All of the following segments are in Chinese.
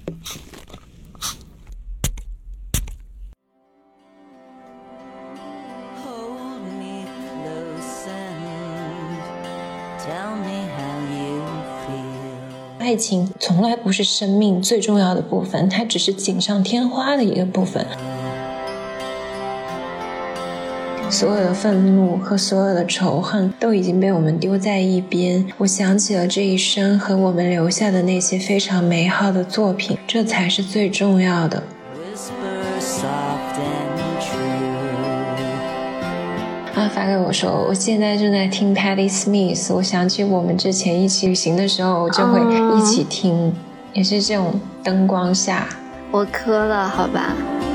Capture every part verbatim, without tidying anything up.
爱情从来不是生命最重要的部分，它只是锦上添花的一个部分。所有的愤怒和所有的仇恨都已经被我们丢在一边，我想起了这一生和我们留下的那些非常美好的作品，这才是最重要的。啊，发给我说我现在正在听 Patti Smith， 我想起我们之前一起旅行的时候我就会一起听、嗯、也是这种灯光下。 我磕了好吧。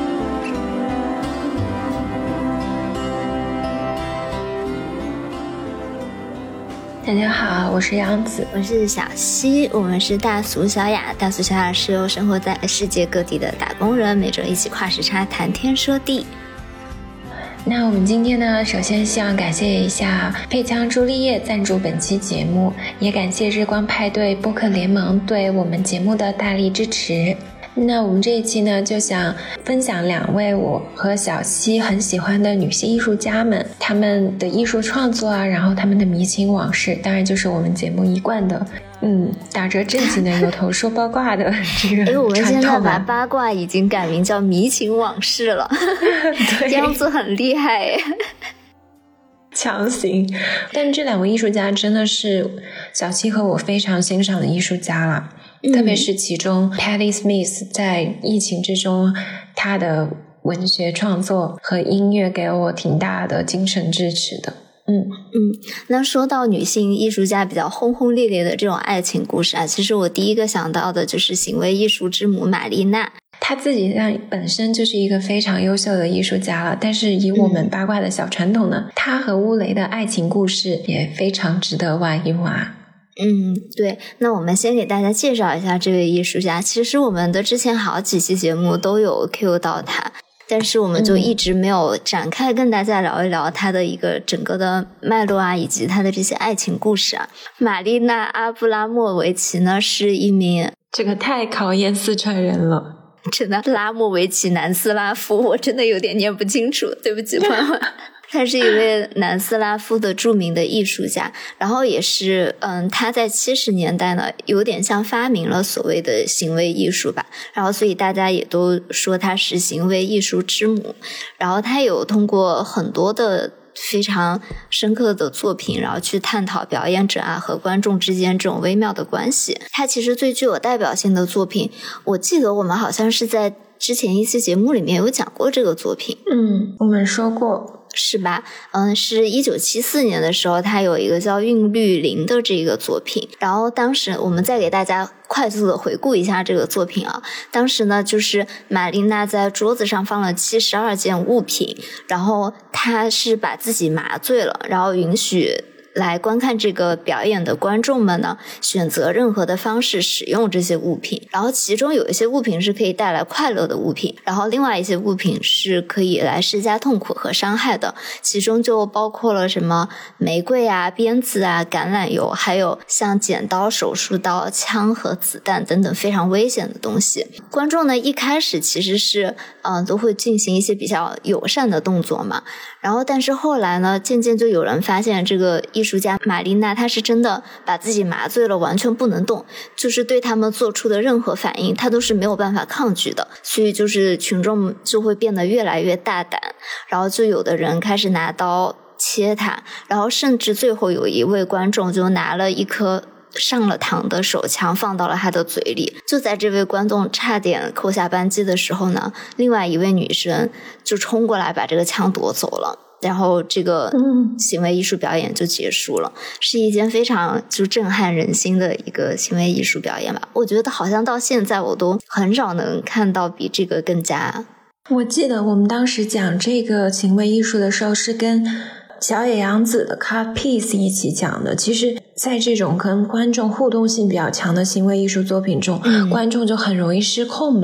大家好，我是杨子， 我是小西，我们是大俗小雅。大俗小雅是由生活在世界各地的打工人每周一起跨时差谈天说地。 那我们今天呢，首先希望感谢一下配枪朱丽叶赞助本期节目，也感谢日光派对播客联盟对我们节目的大力支持。那我们这一期呢，就想分享两位我和小西很喜欢的女性艺术家们，他们的艺术创作啊，然后他们的迷情往事，当然就是我们节目一贯的嗯，打着正经的由头说八卦的这个传统。 哎，我们现在把八卦已经改名叫迷情往事了，这样子很厉害耶。 强行，但这两位艺术家真的是小七和我非常欣赏的艺术家啦。特别是其中 Patti Smith 在疫情之中她的文学创作和音乐给了我挺大的精神支持的。嗯嗯，那说到女性艺术家比较轰轰烈烈的这种爱情故事啊，其实我第一个想到的就是行为艺术之母玛丽娜。 她自己本身就是一个非常优秀的艺术家了，但是以我们八卦的小传统呢，她、嗯、和乌雷的爱情故事也非常值得挖一挖。 嗯，对，那我们先给大家介绍一下这位艺术家。其实我们的之前好几期节目都有 cue 到他，但是我们就一直没有展开跟大家聊一聊他的一个整个的脉络啊，以及他的这些爱情故事啊。玛丽娜·阿布拉莫维奇呢是一名， 这个太考验四川人了， 真的，拉莫维奇南斯拉夫，我真的有点念不清楚，对不起朋友们。他是一位南斯拉夫的著名的艺术家，然后也是嗯，他在七十年代呢有点像发明了所谓的行为艺术吧，然后所以大家也都说他是行为艺术之母。然后他有通过很多的非常深刻的作品，然后去探讨表演者啊和观众之间这种微妙的关系。他其实最具有代表性的作品，我记得我们好像是在之前一期节目里面有讲过这个作品。 嗯，我们说过是吧？嗯，是一九七四年的时候，他有一个叫《韵律林》的这个作品。然后当时我们再给大家快速的回顾一下这个作品啊。当时呢，就是玛丽娜在桌子上放了七十二件物品，然后她是把自己麻醉了，然后允许来观看这个表演的观众们呢，选择任何的方式使用这些物品。然后其中有一些物品是可以带来快乐的物品，然后另外一些物品是可以来施加痛苦和伤害的。其中就包括了什么玫瑰啊、鞭子啊、橄榄油，还有像剪刀、手术刀、枪和子弹等等非常危险的东西。观众呢一开始其实是嗯、呃、都会进行一些比较友善的动作嘛，然后但是后来呢，渐渐就有人发现这个艺术家玛丽娜她是真的把自己麻醉了，完全不能动，就是对他们做出的任何反应她都是没有办法抗拒的。所以就是群众就会变得越来越大胆，然后就有的人开始拿刀切她，然后甚至最后有一位观众就拿了一颗上了膛的手枪放到了他的嘴里。就在这位观众差点扣下扳机的时候呢，另外一位女生就冲过来把这个枪夺走了，然后这个行为艺术表演就结束了。是一件非常就震撼人心的一个行为艺术表演吧。我觉得好像到现在我都很少能看到比这个更加。 我记得我们当时讲这个行为艺术的时候是跟小野洋子的 Cut Piece 一起讲的。其实在这种跟观众互动性比较强的行为艺术作品中、嗯、观众就很容易失控嘛。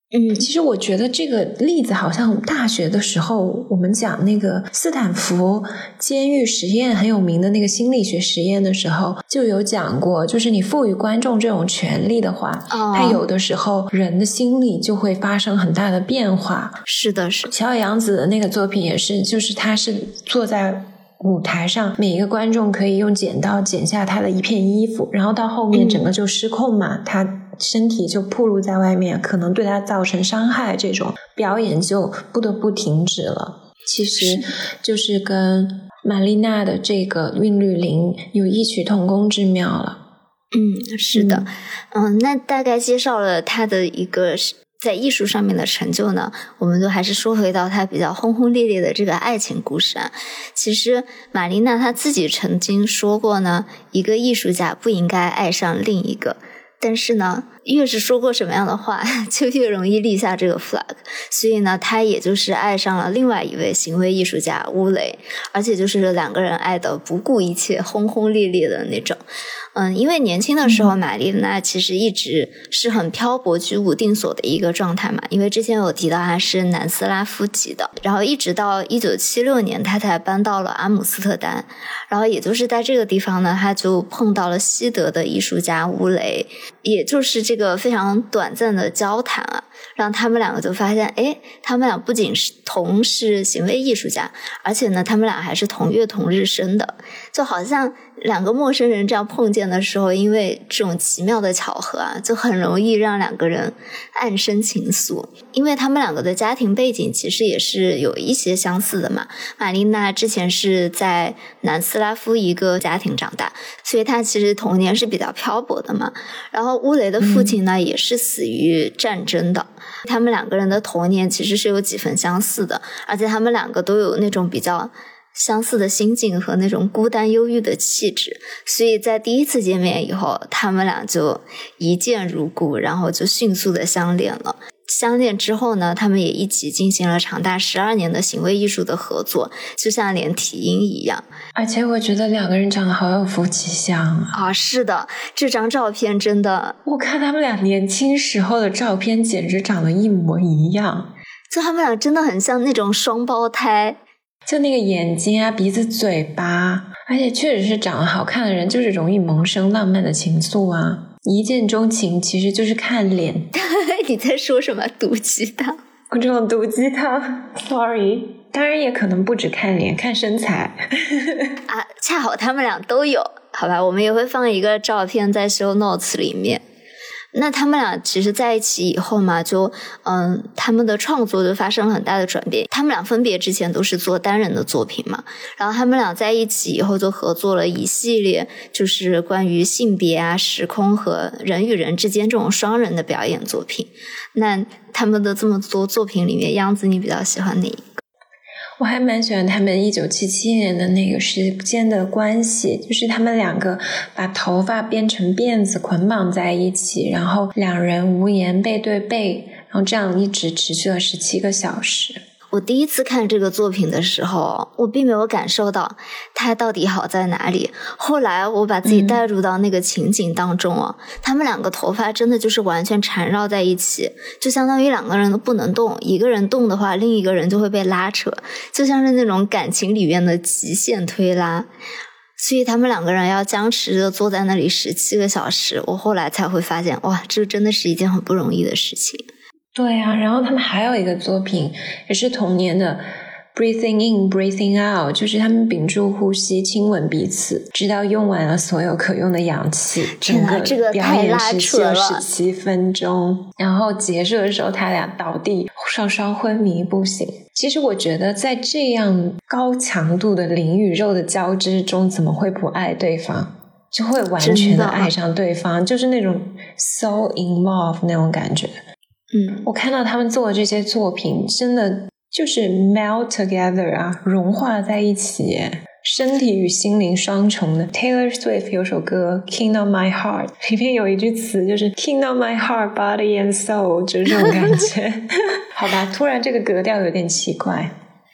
嗯，其实我觉得这个例子好像大学的时候我们讲那个斯坦福监狱实验很有名的那个心理学实验的时候就有讲过，就是你赋予观众这种权利的话，哦，他有的时候人的心理就会发生很大的变化。 是的，是的。 小野洋子的那个作品也是，就是他是坐在舞台上，每一个观众可以用剪刀剪下他的一片衣服，然后到后面整个就失控嘛，嗯，他身体就暴露在外面，可能对他造成伤害，这种表演就不得不停止了。其实就是跟玛丽娜的这个韵律林有异曲同工之妙了。 嗯，是的。嗯, 嗯那大概介绍了他的一个在艺术上面的成就呢，我们就还是说回到他比较轰轰烈烈的这个爱情故事啊。其实玛丽娜她自己曾经说过呢，一个艺术家不应该爱上另一个，但是呢越是说过什么样的话就越容易立下这个 flag， 所以呢他也就是爱上了另外一位行为艺术家乌雷，而且就是两个人爱的不顾一切轰轰烈烈的那种。嗯，因为年轻的时候玛丽娜其实一直是很漂泊居无定所的一个状态嘛，因为之前有提到她是南斯拉夫籍的，然后一直到一九七六年她才搬到了阿姆斯特丹，然后也就是在这个地方呢她就碰到了西德的艺术家乌雷，也就是这个非常短暂的交谈啊，让他们两个就发现，诶，他们俩不仅是同是行为艺术家，而且呢他们俩还是同月同日生的，就好像两个陌生人这样碰见的时候，因为这种奇妙的巧合啊，就很容易让两个人暗生情愫。因为他们两个的家庭背景其实也是有一些相似的嘛，玛丽娜之前是在南斯拉夫一个家庭长大，所以她其实童年是比较漂泊的嘛。然后乌雷的父亲呢、嗯、也是死于战争的，他们两个人的童年其实是有几分相似的，而且他们两个都有那种比较相似的心境和那种孤单忧郁的气质，所以在第一次见面以后，他们俩就一见如故，然后就迅速的相恋了。相恋之后呢，他们也一起进行了长达十二年的行为艺术的合作，就像连体婴一样。 而且我觉得两个人长得好有夫妻相啊！ 啊，是的，这张照片真的， 我看他们俩年轻时候的照片，简直长得一模一样。 就他们俩真的很像那种双胞胎， 就那个眼睛啊、鼻子、嘴巴，而且确实是长得好看的人，就是容易萌生浪漫的情愫啊。一见钟情其实就是看脸。 你在说什么毒鸡汤？ 这种毒鸡汤 sorry， 当然也可能不止看脸，看身材啊，恰好他们俩都有，好吧，我们也会放一个照片在 show notes 里面。那他们俩其实在一起以后嘛，就嗯，他们的创作就发生了很大的转变。他们俩分别之前都是做单人的作品嘛，然后他们俩在一起以后就合作了一系列就是关于性别啊、时空和人与人之间这种双人的表演作品。那他们的这么多作品里面，样子你比较喜欢哪一个？ 我还蛮喜欢他们一九七七年的那个时间的关系，就是他们两个把头发编成辫子捆绑在一起，然后两人无言背对背，然后这样一直持续了十七个小时。 我第一次看这个作品的时候，我并没有感受到它到底好在哪里。后来我把自己带入到那个情景当中啊、嗯，他们两个头发真的就是完全缠绕在一起，就相当于两个人都不能动，一个人动的话，另一个人就会被拉扯，就像是那种感情里面的极限推拉。所以他们两个人要僵持的坐在那里十七个小时，我后来才会发现，哇，这真的是一件很不容易的事情。 对啊，然后他们还有一个作品也是同年的 Breathing in, Breathing out， 就是他们屏住呼吸亲吻彼此直到用完了所有可用的氧气。 整个表演时期有十七分钟，然后结束的时候他俩倒地双双昏迷不醒。其实我觉得在这样高强度的灵与肉的交织中，怎么会不爱对方，就会完全的爱上对方，就是那种 so in love 那种感觉。 嗯， 我看到他们做的这些作品真的就是 melt together 啊，融化在一起，身体与心灵双重的。 Taylor Swift 有首歌 King of My Heart 里面有一句词就是 King of My Heart Body and Soul， 就是这种感觉好吧，突然这个格调有点奇怪。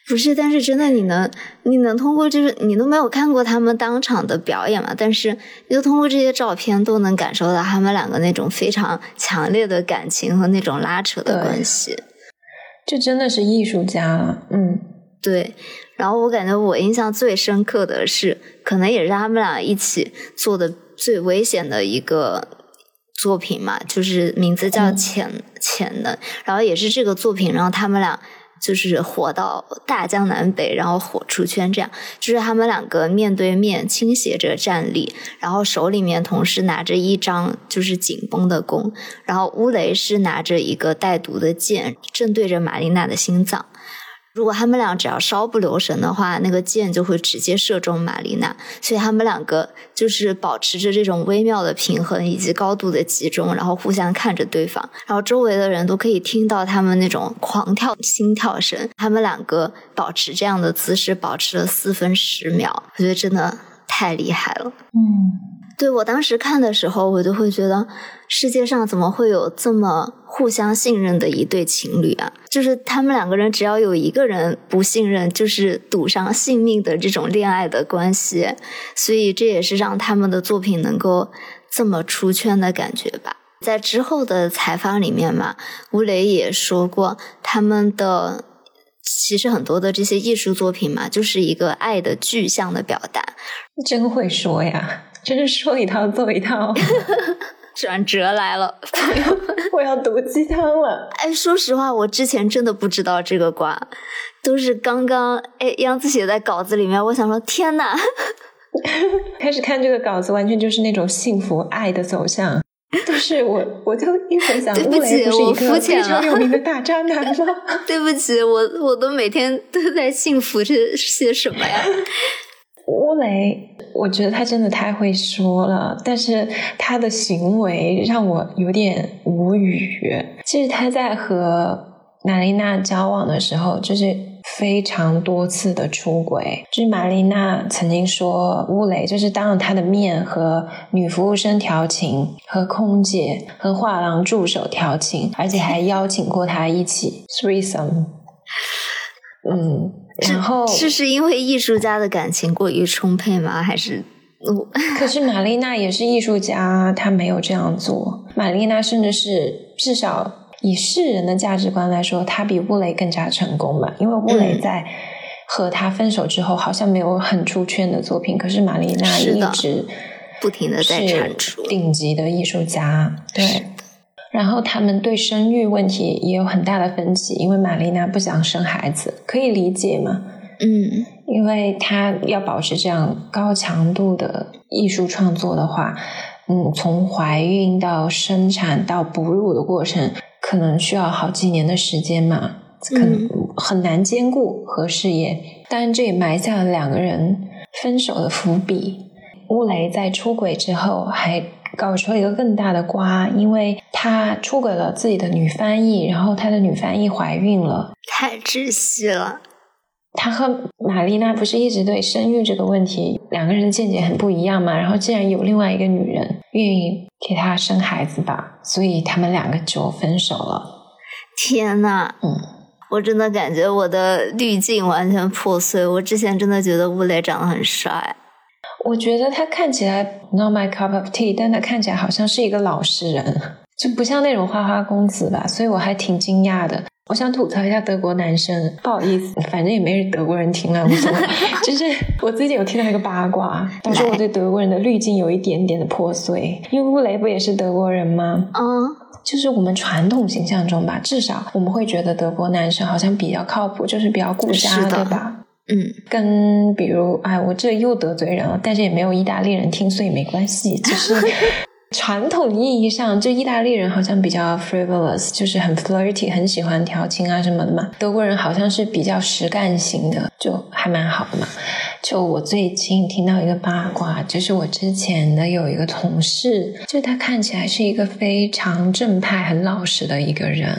不是，但是真的你能你能通过就是你都没有看过他们当场的表演嘛，但是你就通过这些照片都能感受到他们两个那种非常强烈的感情和那种拉扯的关系。 这真的是艺术家了。嗯， 对。然后我感觉我印象最深刻的是，可能也是他们俩一起做的最危险的一个作品嘛，就是名字叫潜、嗯、潜能，然后也是这个作品让他们俩就是火到大江南北，然后火出圈，这样就是他们两个面对面倾斜着站立，然后手里面同时拿着一张就是紧绷的弓，然后乌雷是拿着一个带毒的箭正对着玛丽娜的心脏，如果他们俩只要稍不留神的话，那个箭就会直接射中玛丽娜，所以他们两个就是保持着这种微妙的平衡以及高度的集中，然后互相看着对方，然后周围的人都可以听到他们那种狂跳心跳声，他们两个保持这样的姿势保持了四分十秒，我觉得真的太厉害了。 嗯， 对，我当时看的时候我就会觉得世界上怎么会有这么互相信任的一对情侣啊，就是他们两个人只要有一个人不信任，就是赌上性命的这种恋爱的关系，所以这也是让他们的作品能够这么出圈的感觉吧。在之后的采访里面嘛，吴磊也说过他们的其实很多的这些艺术作品嘛，就是一个爱的具象的表达。 真会说呀，真是说一套做一套。 转折来了， 我要毒鸡汤了。 哎，说实话，我之前真的不知道这个卦，都是刚刚哎杨子写在稿子里面，我想说天哪， 开始看这个稿子，完全就是那种幸福爱的走向。就是我，我就一回想， 对不起，我肤浅了， 非常有名的大渣男吗？ 对不起，我我都每天都在幸福这些什么呀？ 乌雷，我觉得他真的太会说了，但是他的行为让我有点无语。其实他在和玛丽娜交往的时候，就是非常多次的出轨，就是玛丽娜曾经说乌雷就是当着他的面和女服务生调情，和空姐和画廊助手调情，而且还邀请过他一起 threesome。 嗯，然后是是因为艺术家的感情过于充沛吗？还是可是玛丽娜也是艺术家，她没有这样做。玛丽娜甚至是至少以世人的价值观来说，她比乌雷更加成功嘛，因为乌雷在和他分手之后好像没有很出圈的作品，可是玛丽娜一直不停的在产出顶级的艺术家。对，然后他们对生育问题也有很大的分歧，因为玛丽娜不想生孩子，可以理解嘛。 嗯， 因为她要保持这样高强度的艺术创作的话，嗯，从怀孕到生产到哺乳的过程可能需要好几年的时间嘛，可能很难兼顾和事业。当然这也埋下了两个人分手的伏笔。乌雷在出轨之后还搞出了一个更大的瓜，因为他出轨了自己的女翻译，然后他的女翻译怀孕了， 太窒息了。 他和玛丽娜不是一直对生育这个问题两个人的见解很不一样嘛，然后既然有另外一个女人愿意给他生孩子吧，所以他们两个就分手了。 天哪， 嗯， 我真的感觉我的滤镜完全破碎。我之前真的觉得乌雷长得很帅， 我觉得他看起来 not my cup of tea， 但他看起来好像是一个老实人，就不像那种花花公子吧，所以我还挺惊讶的。我想吐槽一下德国男生，不好意思，反正也没人德国人听了，无所谓。就是我最近有听到一个八卦，他说我对德国人的滤镜有一点点的破碎，因为乌雷不也是德国人吗？ 嗯， 就是我们传统形象中吧，至少我们会觉得德国男生好像比较靠谱，就是比较顾家，对吧？ 嗯， 跟比如哎，我这又得罪人了，但是也没有意大利人听，所以没关系。就是传统意义上，就意大利人好像比较 frivolous， 就是很 flirty， 很喜欢调情啊什么的嘛。德国人好像是比较实干型的，就还蛮好的嘛。就我最近听到一个八卦，就是我之前的有一个同事，就他看起来是一个非常正派很老实的一个人。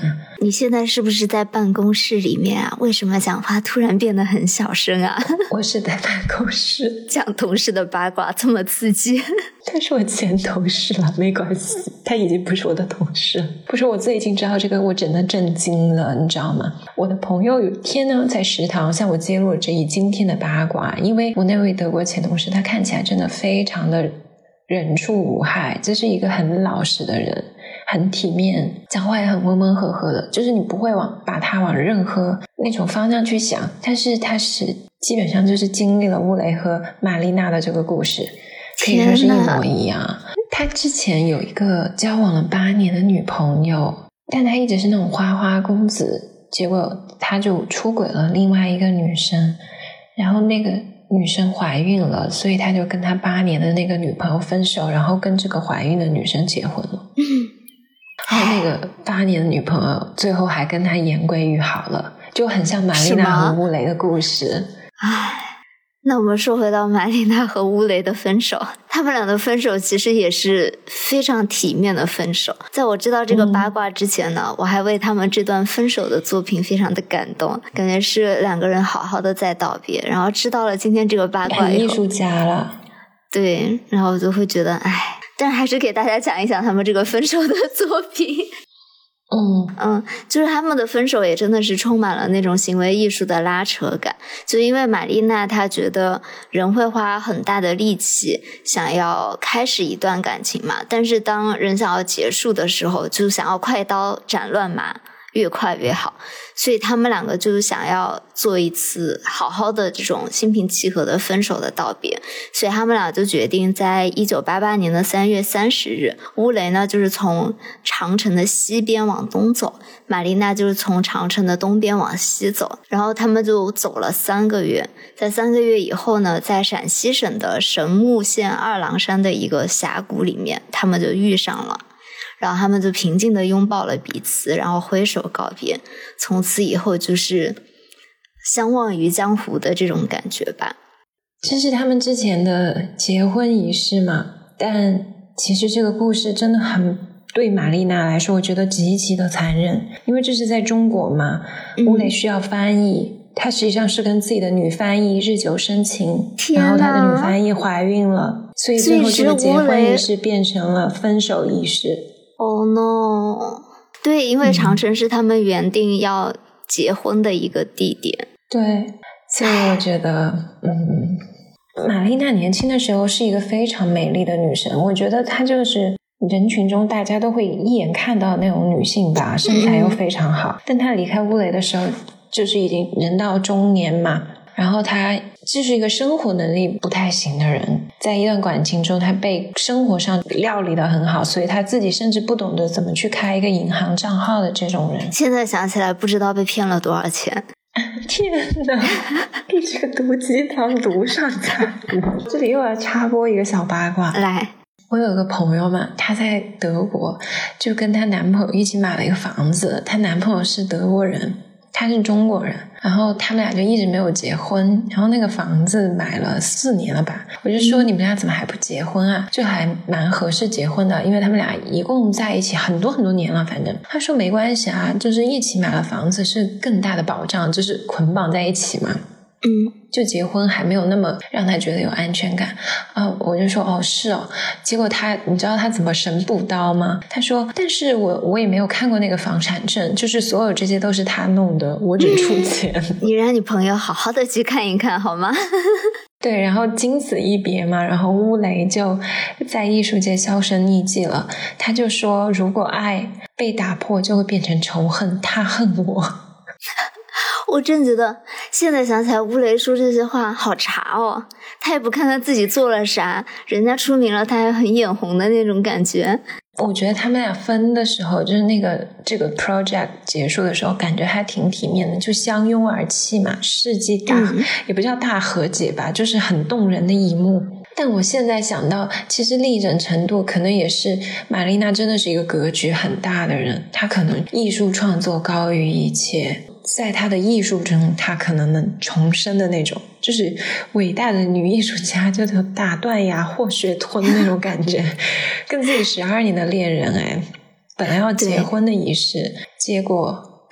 你现在是不是在办公室里面啊？为什么讲话突然变得很小声啊？ 我是在办公室讲同事的八卦这么刺激。 他是我前同事了，没关系，他已经不是我的同事。不是，我最近知道这个，我真的震惊了，你知道吗？我的朋友有一天呢，在食堂向我揭露了这一惊天的八卦，因为我那位德国前同事，他看起来真的非常的人畜无害，这是一个很老实的人，很体面，讲话也很温温和和的，就是你不会往把他往任何那种方向去想。但是他是基本上就是经历了乌雷和玛丽娜的这个故事，可以说是一模一样。他之前有一个交往了八年的女朋友，但他一直是那种花花公子，结果他就出轨了另外一个女生，然后那个女生怀孕了，所以他就跟他八年的那个女朋友分手，然后跟这个怀孕的女生结婚了。嗯，然后那个八年的女朋友最后还跟他言归于好了，就很像玛丽娜和乌雷的故事。 唉，那我们说回到玛丽娜和乌雷的分手，他们俩的分手其实也是非常体面的分手。在我知道这个八卦之前呢、嗯、我还为他们这段分手的作品非常的感动，感觉是两个人好好的在道别，然后知道了今天这个八卦以后， 艺术家了。 对，然后我就会觉得唉，但是还是给大家讲一讲他们这个分手的作品。 嗯嗯，就是他们的分手也真的是充满了那种行为艺术的拉扯感，就因为玛丽娜她觉得人会花很大的力气想要开始一段感情嘛，但是当人想要结束的时候就想要快刀斩乱麻，越快越好，所以他们两个就是想要做一次好好的这种心平气和的分手的道别，所以他们俩就决定在一九八八年的三月三十日，乌雷呢就是从长城的西边往东走，玛丽娜就是从长城的东边往西走，然后他们就走了三个月，在三个月以后呢，在陕西省的神木县二郎山的一个峡谷里面，他们就遇上了，然后他们就平静地拥抱了彼此，然后挥手告别，从此以后就是相忘于江湖的这种感觉吧。 这是他们之前的结婚仪式嘛，但其实这个故事真的很对玛丽娜来说我觉得极其的残忍，因为这是在中国嘛，乌雷需要翻译、嗯、他实际上是跟自己的女翻译日久生情，然后他的女翻译怀孕了，所以最后这个结婚仪式变成了分手仪式。 Oh no！ 对，因为长城是他们原定要结婚的一个地点。 对，所以我觉得嗯，玛丽娜年轻的时候是一个非常美丽的女神，我觉得她就是人群中大家都会一眼看到那种女性吧，身材又非常好、嗯、但她离开乌雷的时候就是已经人到中年嘛，然后她就是一个生活能力不太行的人，在一段感情中她被生活上料理得很好，所以她自己甚至不懂得怎么去开一个银行账号的这种人， 现在想起来不知道被骗了多少钱。 天哪，你这个毒鸡汤毒上加毒。这里又要插播一个小八卦， 来， 我有个朋友嘛，她在德国就跟她男朋友一起买了一个房子，她男朋友是德国人，她是中国人，然后他们俩就一直没有结婚，然后那个房子买了四年了吧，我就说你们俩怎么还不结婚啊，就还蛮合适结婚的，因为他们俩一共在一起很多很多年了，反正他说没关系啊，就是一起买了房子是更大的保障，就是捆绑在一起嘛， 嗯， 就结婚还没有那么让他觉得有安全感啊，我就说哦是哦，结果他你知道他怎么神补刀吗？他说但是我我也没有看过那个房产证，就是所有这些都是他弄的，我只出钱。 你让你朋友好好的去看一看好吗？ 对，然后经此一别嘛，然后乌雷就在艺术界销声匿迹了，他就说如果爱被打破就会变成仇恨，他恨我。 我真觉得现在想起来乌雷说这些话好茶哦，他也不看他自己做了啥，人家出名了他还很眼红的那种感觉。 我觉得他们俩分的时候，就是那个这个 project 结束的时候感觉还挺体面的，就相拥而泣嘛，世纪大、嗯、也不叫大和解吧，就是很动人的一幕。但我现在想到其实历整程度可能也是玛丽娜真的是一个格局很大的人，她可能艺术创作高于一切，在她的艺术中她可能能重生的那种，就是伟大的女艺术家就是打断崖或血吞那种感觉。跟自己十二年的恋人哎，本来要结婚的仪式，结果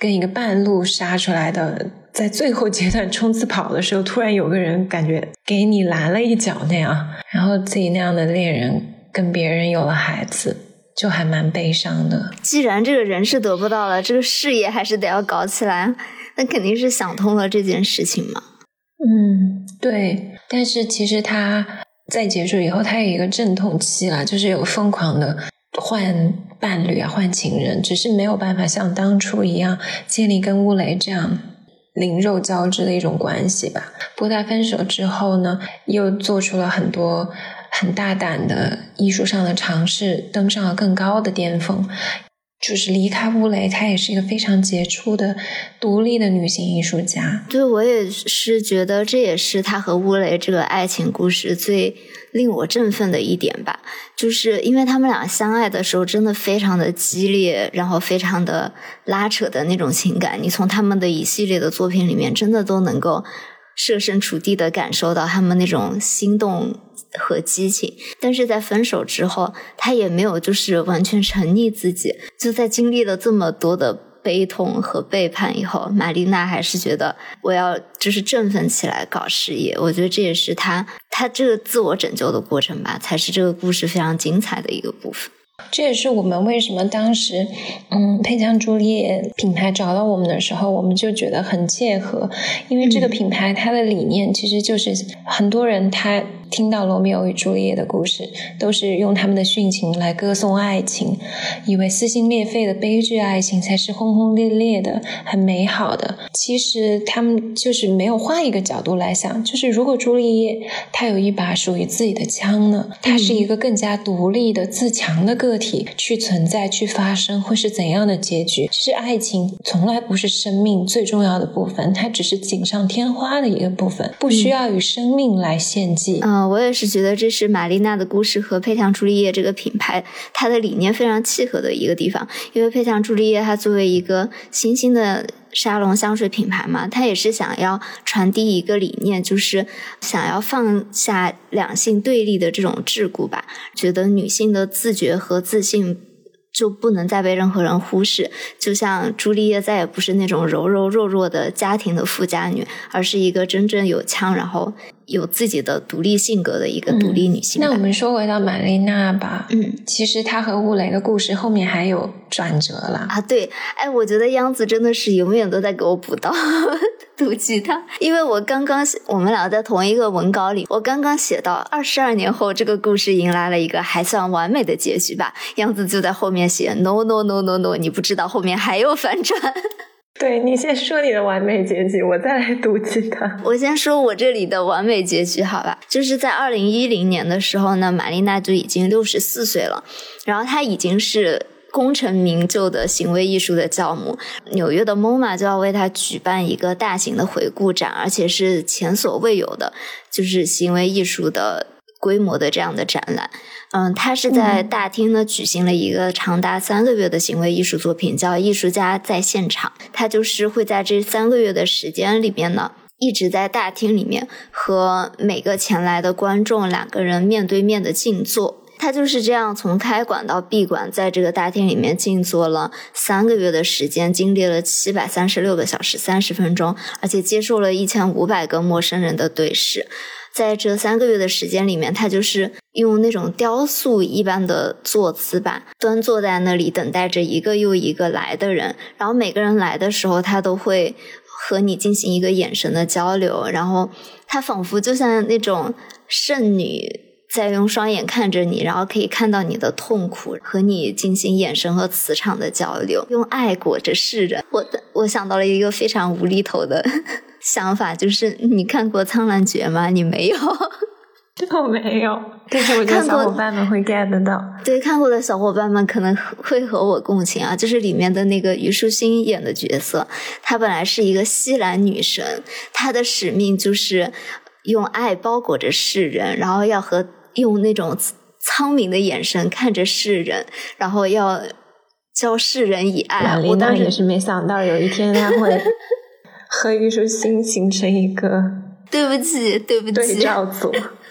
跟一个半路杀出来的，在最后阶段冲刺跑的时候，突然有个人感觉给你拦了一脚那样，然后自己那样的恋人跟别人有了孩子，就还蛮悲伤的。 既然这个人是得不到了，这个事业还是得要搞起来，那肯定是想通了这件事情嘛。 嗯，对。但是其实他在结束以后，他有一个阵痛期啦，就是有疯狂的换伴侣啊，换情人，只是没有办法像当初一样建立跟乌雷这样灵肉交织的一种关系吧。不过他分手之后呢，又做出了很多很大胆的艺术上的尝试，登上了更高的巅峰。就是离开乌雷，她也是一个非常杰出的独立的女性艺术家。 对，我也是觉得这也是她和乌雷这个爱情故事最令我振奋的一点吧，就是因为他们俩相爱的时候真的非常的激烈，然后非常的拉扯的那种情感，你从他们的一系列的作品里面真的都能够设身处地的感受到他们那种心动和激情。但是在分手之后，他也没有就是完全沉溺自己，就在经历了这么多的悲痛和背叛以后，玛丽娜还是觉得我要就是振奋起来搞事业。我觉得这也是他他这个自我拯救的过程吧，才是这个故事非常精彩的一个部分。 这也是我们为什么当时嗯，佩强朱丽叶品牌找到我们的时候，我们就觉得很切合。因为这个品牌它的理念其实就是很多人他听到罗密欧与朱丽叶的故事都是用他们的殉情来歌颂爱情，以为撕心裂肺的悲剧爱情才是轰轰烈烈的很美好的。其实他们就是没有换一个角度来想，就是如果朱丽叶她有一把属于自己的枪呢，她是一个更加独立的自强的个体去存在去发生，会是怎样的结局。其实爱情从来不是生命最重要的部分，它只是锦上添花的一个部分，不需要与生命来献祭。 嗯，我也是觉得这是玛丽娜的故事和佩强朱丽叶这个品牌它的理念非常契合的一个地方。因为佩强朱丽叶它作为一个新兴的沙龙香水品牌嘛，它也是想要传递一个理念，就是想要放下两性对立的这种桎梏吧，觉得女性的自觉和自信就不能再被任何人忽视。就像朱丽叶再也不是那种柔柔弱弱的家庭的富家女，而是一个真正有枪然后有自己的独立性格的一个独立女性、嗯、 那我们说回到玛丽娜吧。 嗯， 其实她和乌雷的故事后面还有转折啦。 啊，对，哎，我觉得央子真的是永远都在给我补刀毒鸡汤。因为我刚刚我们俩在同一个文稿里，我刚刚写到二十二年后这个故事迎来了一个还算完美的结局吧，央子就在后面写 no no no no no， 你不知道后面还有反转。 对，你先说你的完美结局，我再来毒鸡汤。 我先说我这里的完美结局好吧，就是在二零一零年的时候呢，玛丽娜就已经六十四岁了，然后她已经是功成名就的行为艺术的教母。纽约的 M O M A 就要为她举办一个大型的回顾展，而且是前所未有的，就是行为艺术的规模的这样的展览。嗯，他是在大厅呢、嗯、举行了一个长达三个月的行为艺术作品，叫艺术家在现场。他就是会在这三个月的时间里面呢，一直在大厅里面和每个前来的观众两个人面对面的静坐。他就是这样从开馆到闭馆，在这个大厅里面静坐了三个月的时间，经历了七百三十六个小时三十分钟，而且接受了一千五百个陌生人的对视。在这三个月的时间里面，他就是用那种雕塑一般的坐姿吧，端坐在那里等待着一个又一个来的人，然后每个人来的时候他都会和你进行一个眼神的交流，然后他仿佛就像那种圣女在用双眼看着你，然后可以看到你的痛苦，和你进行眼神和磁场的交流，用爱裹着世人。我我想到了一个非常无厘头的想法，就是你看过《苍兰诀》吗？你没有？ 我没有，但是我觉得小伙伴们会 get 得到。 对，看过的小伙伴们可能会和我共情啊，就是里面的那个虞书欣演的角色，她本来是一个西兰女神，她的使命就是用爱包裹着世人，然后要和用那种苍明的眼神看着世人，然后要教世人以爱。 玛丽娜也是没想到有一天她会和虞书欣形成一个对不起对不起对照组。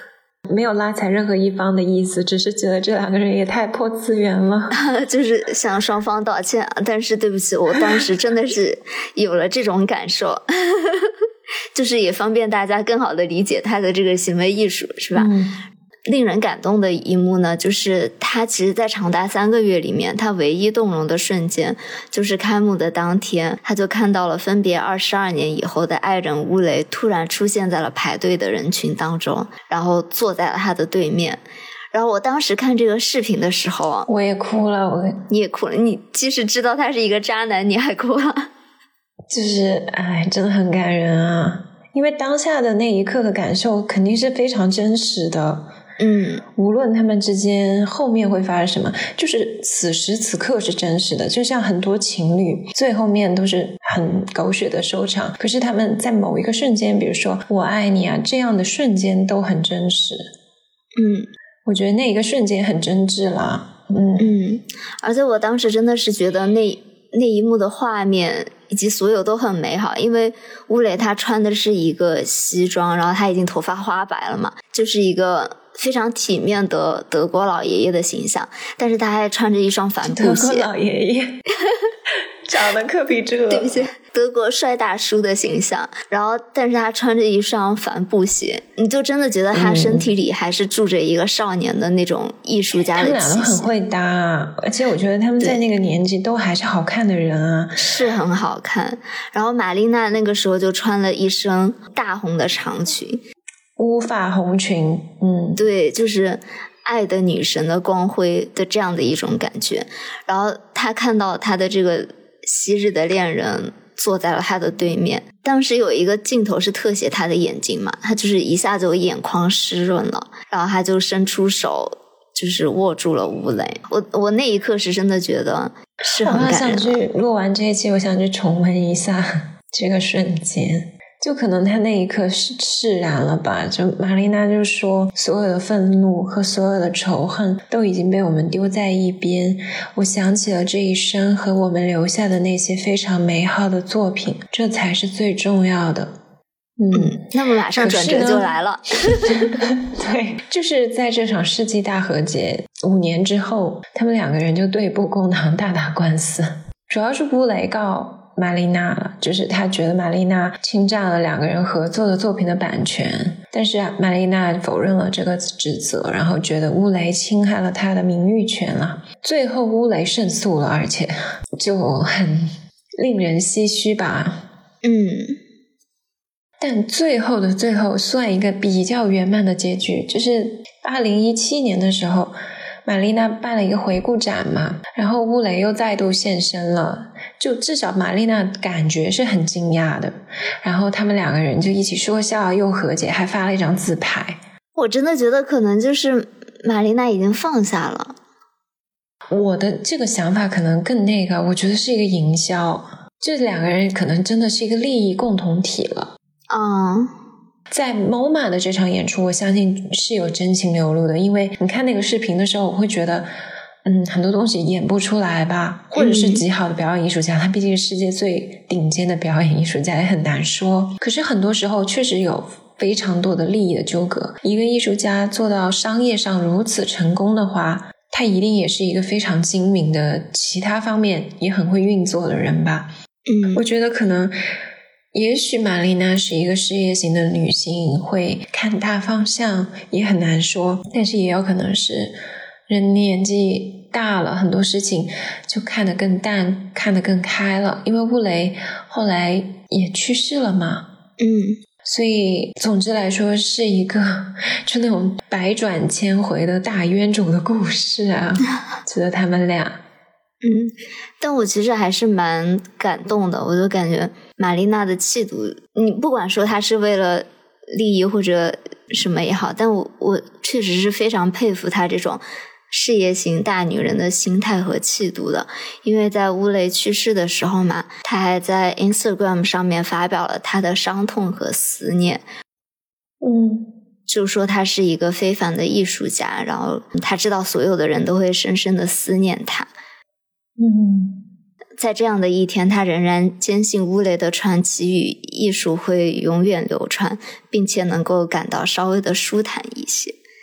没有拉踩任何一方的意思，只是觉得这两个人也太破次元了。 就是向双方道歉，但是对不起，我当时真的是有了这种感受。就是也方便大家更好的理解他的这个行为艺术，是吧？ 嗯， 令人感动的一幕呢，就是他其实在长达三个月里面，他唯一动容的瞬间就是开幕的当天，他就看到了分别二十二年以后的爱人乌雷突然出现在了排队的人群当中，然后坐在了他的对面。然后我当时看这个视频的时候啊， 我也哭了。我你也哭了，你即使知道他是一个渣男，你还哭了。 就是哎，真的很感人啊！因为当下的那一刻的感受肯定是非常真实的。 嗯， 无论他们之间后面会发生什么，就是此时此刻是真实的。就像很多情侣最后面都是很狗血的收场，可是他们在某一个瞬间，比如说我爱你啊这样的瞬间都很真实。 嗯， 我觉得那一个瞬间很真挚啦。嗯嗯，而且我当时真的是觉得那那一幕的画面以及所有都很美好，因为乌雷他穿的是一个西装，然后他已经头发花白了嘛，就是一个非常体面的德国老爷爷的形象，但是他还穿着一双帆布鞋。 德国老爷爷长得可比这对不起，德国帅大叔的形象，然后但是他穿着一双帆布鞋，你就真的觉得他身体里还是住着一个少年的那种艺术家的气息。 他们俩都很会搭，而且我觉得他们在那个年纪都还是好看的人啊， 是很好看。然后玛丽娜那个时候就穿了一身大红的长裙， 乌发红裙。嗯， 对，就是爱的女神的光辉的这样的一种感觉。然后她看到她的这个昔日的恋人坐在了她的对面，当时有一个镜头是特写她的眼睛嘛，她就是一下就眼眶湿润了，然后她就伸出手就是握住了乌雷。我我那一刻是真的觉得是很感人。 我想去录完这一期，我想去重温一下这个瞬间。就可能他那一刻是释然了吧，就玛丽娜就说所有的愤怒和所有的仇恨都已经被我们丢在一边，我想起了这一生和我们留下的那些非常美好的作品，这才是最重要的。嗯， 那么马上转折就来了。 对，就是在这场世纪大和解五年之后，他们两个人就对簿公堂大打官司，主要是乌雷告玛丽娜了，就是他觉得玛丽娜侵占了两个人合作的作品的版权，但是玛丽娜否认了这个指责，然后觉得乌雷侵害了他的名誉权了。最后乌雷胜诉了，而且就很令人唏嘘吧。 嗯， 但最后的最后算一个比较圆满的结局，就是二零一七年的时候玛丽娜办了一个回顾展嘛，然后乌雷又再度现身了，就至少玛丽娜感觉是很惊讶的，然后他们两个人就一起说笑又和解，还发了一张自拍。 我真的觉得可能就是玛丽娜已经放下了。 我的这个想法可能更那个，我觉得是一个营销，这两个人可能真的是一个利益共同体了。 嗯， 在 M O M A 的这场演出，我相信是有真情流露的，因为你看那个视频的时候，我会觉得嗯，很多东西演不出来吧，或者是极好的表演艺术家，他毕竟是世界最顶尖的表演艺术家，也很难说。可是很多时候确实有非常多的利益的纠葛，一个艺术家做到商业上如此成功的话，他一定也是一个非常精明的，其他方面也很会运作的人吧。 嗯， 我觉得可能也许玛丽娜是一个事业型的女性，会看大方向也很难说，但是也有可能是人年纪大了，很多事情就看得更淡，看得更开了，因为乌雷后来也去世了嘛。 嗯， 所以总之来说是一个就那种百转千回的大冤种的故事啊，觉得他们俩嗯，但我其实还是蛮感动的，我就感觉玛丽娜的气度，你不管说她是为了利益或者什么也好，但我我确实是非常佩服她这种事业型大女人的心态和气度的。因为在乌雷去世的时候嘛，她还在 Instagram 上面发表了她的伤痛和思念。 嗯， 就说他是一个非凡的艺术家，然后他知道所有的人都会深深的思念他。 嗯， 在这样的一天，他仍然坚信乌雷的传奇与艺术会永远流传，并且能够感到稍微的舒坦一些。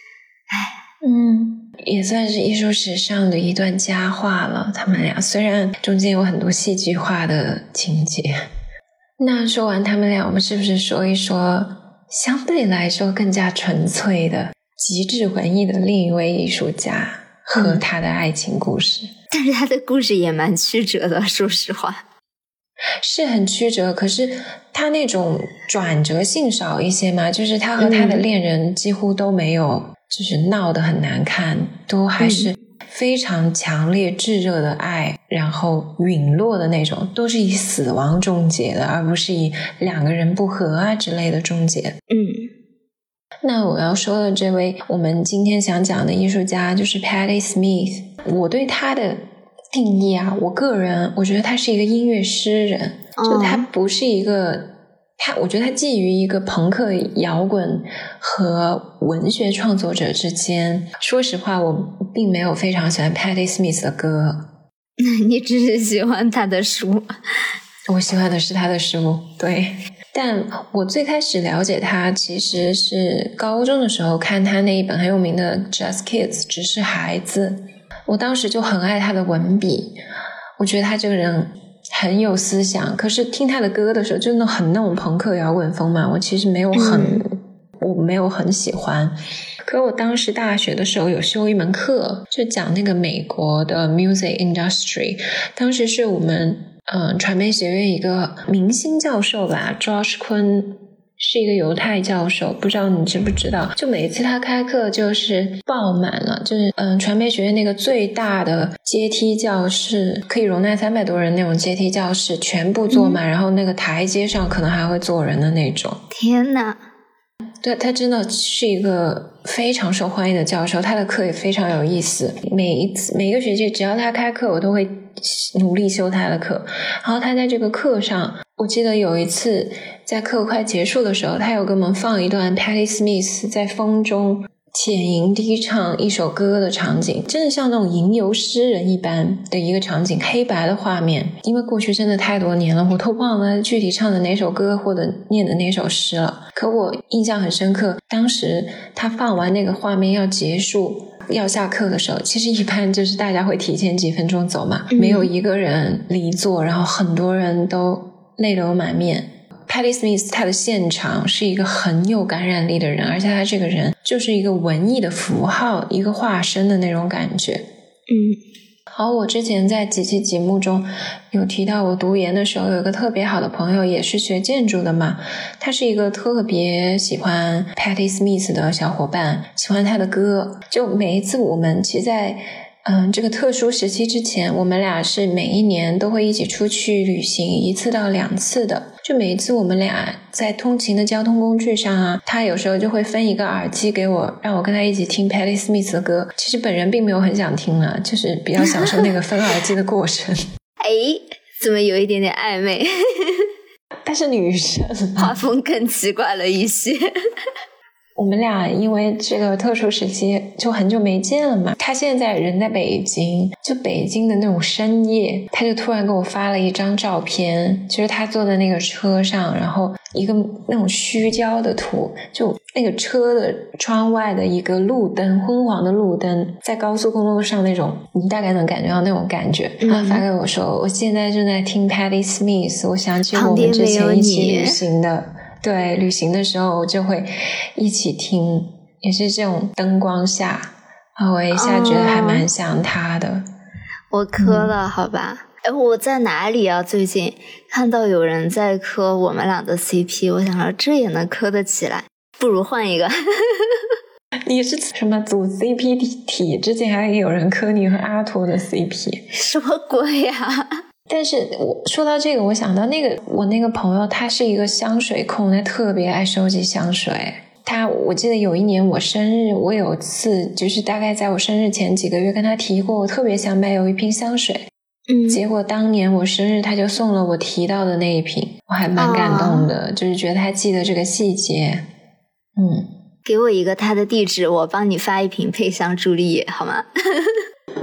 嗯，也算是艺术史上的一段佳话了，他们俩虽然中间有很多戏剧化的情节。那说完他们俩，我们是不是说一说相对来说更加纯粹的极致文艺的另一位艺术家和他的爱情故事？ 嗯，但是他的故事也蛮曲折的，说实话。 是很曲折，可是他那种转折性少一些嘛，就是他和他的恋人几乎都没有、嗯、就是闹得很难看，都还是非常强烈炙热的爱、嗯、然后陨落的那种，都是以死亡终结的，而不是以两个人不和啊之类的终结。 嗯， 那我要说的这位我们今天想讲的艺术家就是 Patti Smith。 我对他的定义啊，我个人我觉得他是一个音乐诗人，就他不是一个他我觉得他介于一个朋克摇滚和文学创作者之间。说实话，我并没有非常喜欢 Patti Smith 的歌。 你只是喜欢他的书？ 我喜欢的是他的书，对。但我最开始了解他其实是高中的时候看他那一本很有名的 Just Kids 只是孩子，我当时就很爱他的文笔，我觉得他这个人很有思想。可是听他的歌的时候就那很那种朋克摇滚风嘛，我其实没有很、嗯、我没有很喜欢。可我当时大学的时候有修一门课，就讲那个美国的 music industry， 当时是我们嗯传媒学院一个明星教授吧 Josh 昆，是一个犹太教授，不知道你知不知道，就每次他开课就是爆满了，就是嗯，传媒学院那个最大的阶梯教室，可以容纳三百多人那种阶梯教室全部坐满、嗯、然后那个台阶上可能还会坐人的那种。 天哪， 对，他真的是一个非常受欢迎的教授，他的课也非常有意思，每一次每个学期只要他开课我都会努力修他的课。然后他在这个课上，我记得有一次在课快结束的时候，他有给我们放一段 Patti Smith 在风中浅吟低唱一首歌的场景，真的像那种吟游诗人一般的一个场景，黑白的画面。因为过去真的太多年了，我都忘了具体唱的哪首歌或者念的哪首诗了，可我印象很深刻，当时他放完那个画面要结束要下课的时候，其实一般就是大家会提前几分钟走嘛、嗯、没有一个人离座，然后很多人都泪流满面。Patti Smith 他的现场是一个很有感染力的人，而且他这个人就是一个文艺的符号，一个化身的那种感觉。 嗯， 好，我之前在几期节目中有提到，我读研的时候有一个特别好的朋友也是学建筑的嘛，他是一个特别喜欢 Patti Smith 的小伙伴，喜欢他的歌。就每一次我们其实在嗯，这个特殊时期之前，我们俩是每一年都会一起出去旅行一次到两次的。就每一次我们俩在通勤的交通工具上啊，他有时候就会分一个耳机给我，让我跟他一起听 Patti Smith 的歌。其实本人并没有很想听了，就是比较享受那个分耳机的过程。 哎，怎么有一点点暧昧？ 但是女生画风更奇怪了一些。 我们俩因为这个特殊时期就很久没见了嘛，他现在人在北京，就北京的那种深夜，他就突然给我发了一张照片，就是他坐在那个车上，然后一个那种虚焦的图，就那个车的窗外的一个路灯，昏黄的路灯，在高速公路上那种，你大概能感觉到那种感觉。嗯、他发给我说，我现在正在听 Patti Smith， 我想起我们之前一起旅行的，对，旅行的时候就会一起听，也是这种灯光下，啊，我一下觉得还蛮想他的。哦、 我磕了、嗯、好吧。哎，我在哪里啊？最近看到有人在磕我们俩的 C P， 我想说这也能磕得起来，不如换一个。 你是什么组 C P 体？之前还有人磕你和阿图的 C P， 什么鬼呀、啊？ 但是我说到这个，我想到那个我那个朋友，他是一个香水控，他特别爱收集香水。他我记得有一年我生日，我有次就是大概在我生日前几个月跟他提过，我特别想买有一瓶香水。 嗯， 结果当年我生日他就送了我提到的那一瓶，我还蛮感动的、哦、就是觉得他记得这个细节。嗯， 给我一个他的地址，我帮你发一瓶配香朱丽叶好吗？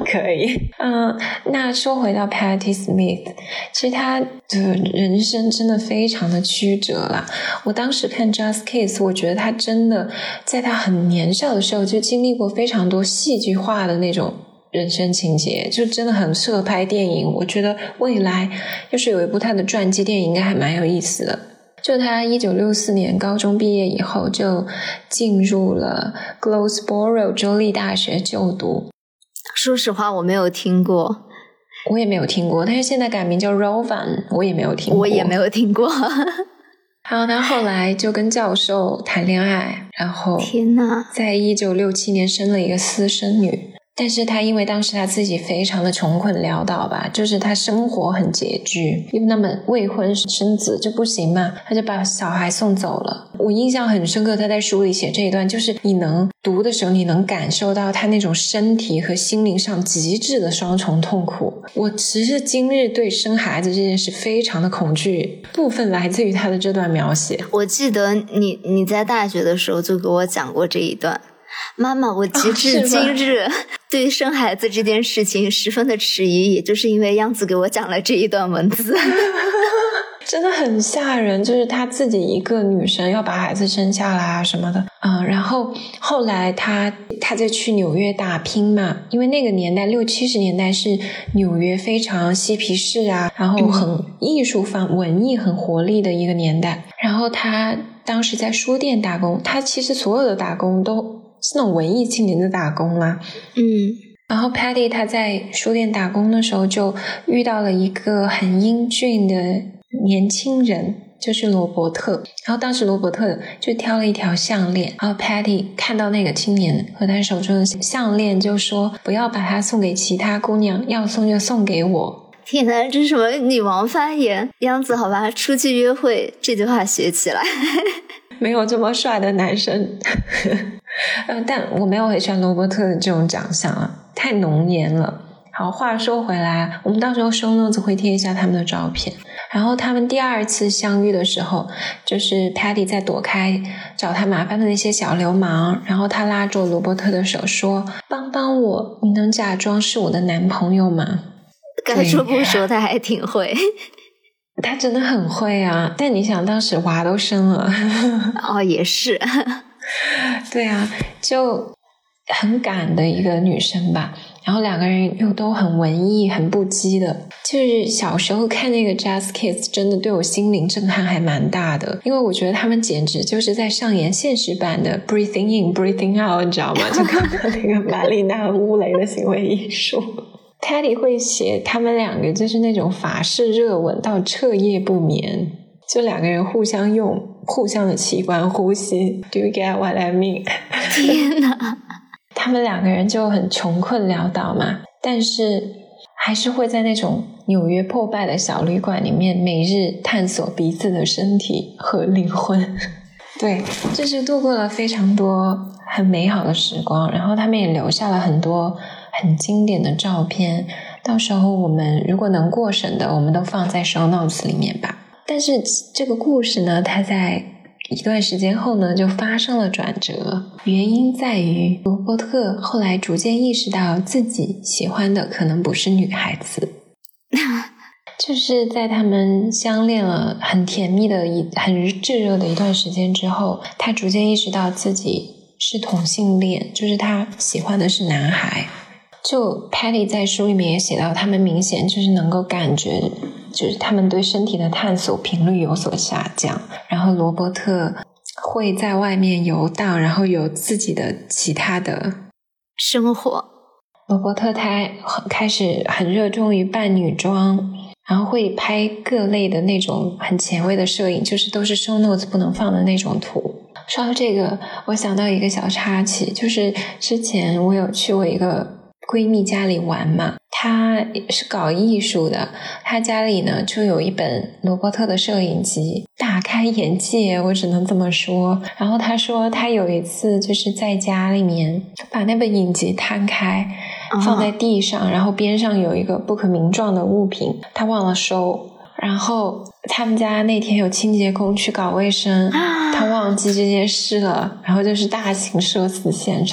可以。嗯，那说回到 Patti Smith， 其实她的人生真的非常的曲折啦。我当时看 Just Kiss， 我觉得她真的在她很年少的时候就经历过非常多戏剧化的那种人生情节，就真的很适合拍电影。我觉得未来要是有一部她的传记电影应该还蛮有意思的。就他一九六四年高中毕业以后就进入了 Goldsboro 州立大学就读。 说实话我没有听过。 我也没有听过，但是现在改名叫 Rowan， 我也没有听过。 我也没有听过。 然后他后来就跟教授谈恋爱，然后天哪， 在一九六七年生了一个私生女。但是他因为当时他自己非常的穷困潦倒吧，就是他生活很拮据，因为那么未婚生子就不行嘛，他就把小孩送走了。我印象很深刻，他在书里写这一段，就是你能读的时候你能感受到他那种身体和心灵上极致的双重痛苦。我直至今日对生孩子这件事非常的恐惧，部分来自于他的这段描写。 我记得你你在大学的时候就给我讲过这一段。妈妈，我截至今日、哦、对生孩子这件事情十分的迟疑，也就是因为央子给我讲了这一段文字。 真的很吓人，就是她自己一个女生要把孩子生下来啊什么的。嗯，然后后来她她在去纽约打拼嘛，因为那个年代六七十年代是纽约非常嬉皮士啊，然后很艺术方、嗯、文艺很活力的一个年代。然后她当时在书店打工，她其实所有的打工都是那种文艺青年的打工啦。 嗯， 然后 Patti 她在书店打工的时候就遇到了一个很英俊的年轻人，就是罗伯特。然后当时罗伯特就挑了一条项链，然后 Patti 看到那个青年和他手中的项链就说不要把它送给其他姑娘，要送就送给我。 天哪，这是什么女王发言？央子好吧，出去约会这句话学起来。 没有这么帅的男生。呃，但我没有很喜欢罗伯特的这种长相啊，太浓颜了。好，话说回来，我们到时候show notes会贴一下他们的照片。然后他们第二次相遇的时候，就是 Patti 在躲开找他麻烦的那些小流氓，然后他拉住罗伯特的手说帮帮我，你能假装是我的男朋友吗？ 该说不说他还挺会。 他真的很会啊，但你想当时娃都生了。 哦，也是。 对啊，就很敢的一个女生吧，然后两个人又都很文艺很不羁的。就是小时候看那个 Just Kiss 真的对我心灵震撼还蛮大的，因为我觉得他们简直就是在上演现实版的 Breathing In Breathing Out， 你知道吗？就刚刚那个玛丽娜乌雷的行为艺术。Patti 会写他们两个就是那种法式热吻到彻夜不眠，就两个人互相用互相的器官呼吸。 Do you get what I mean？ 天哪， 他们两个人就很穷困潦倒嘛，但是还是会在那种纽约破败的小旅馆里面每日探索彼此的身体和灵魂。对，就是度过了非常多很美好的时光，然后他们也留下了很多很经典的照片，到时候我们如果能过审的我们都放在 show notes 里面吧。但是这个故事呢，它在一段时间后呢就发生了转折，原因在于罗伯特后来逐渐意识到自己喜欢的可能不是女孩子。就是在他们相恋了很甜蜜的一很炙热的一段时间之后，他逐渐意识到自己是同性恋，就是他喜欢的是男孩。就 Patti 在书里面也写到，他们明显就是能够感觉就是他们对身体的探索频率有所下降，然后罗伯特会在外面游荡，然后有自己的其他的生活。 罗伯特他开始很热衷于扮女装，然后会拍各类的那种很前卫的摄影，就是都是 show notes 不能放的那种图。说到这个，我想到一个小插曲，就是之前我有去过一个闺蜜家里玩嘛，她是搞艺术的，她家里呢就有一本罗伯特的摄影集，大开眼界，我只能这么说。然后她说她有一次就是在家里面把那本影集摊开放在地上、哦、然后边上有一个不可名状的物品，她忘了收，然后他们家那天有清洁工去搞卫生，他忘记这件事了，然后就是大型社死现场。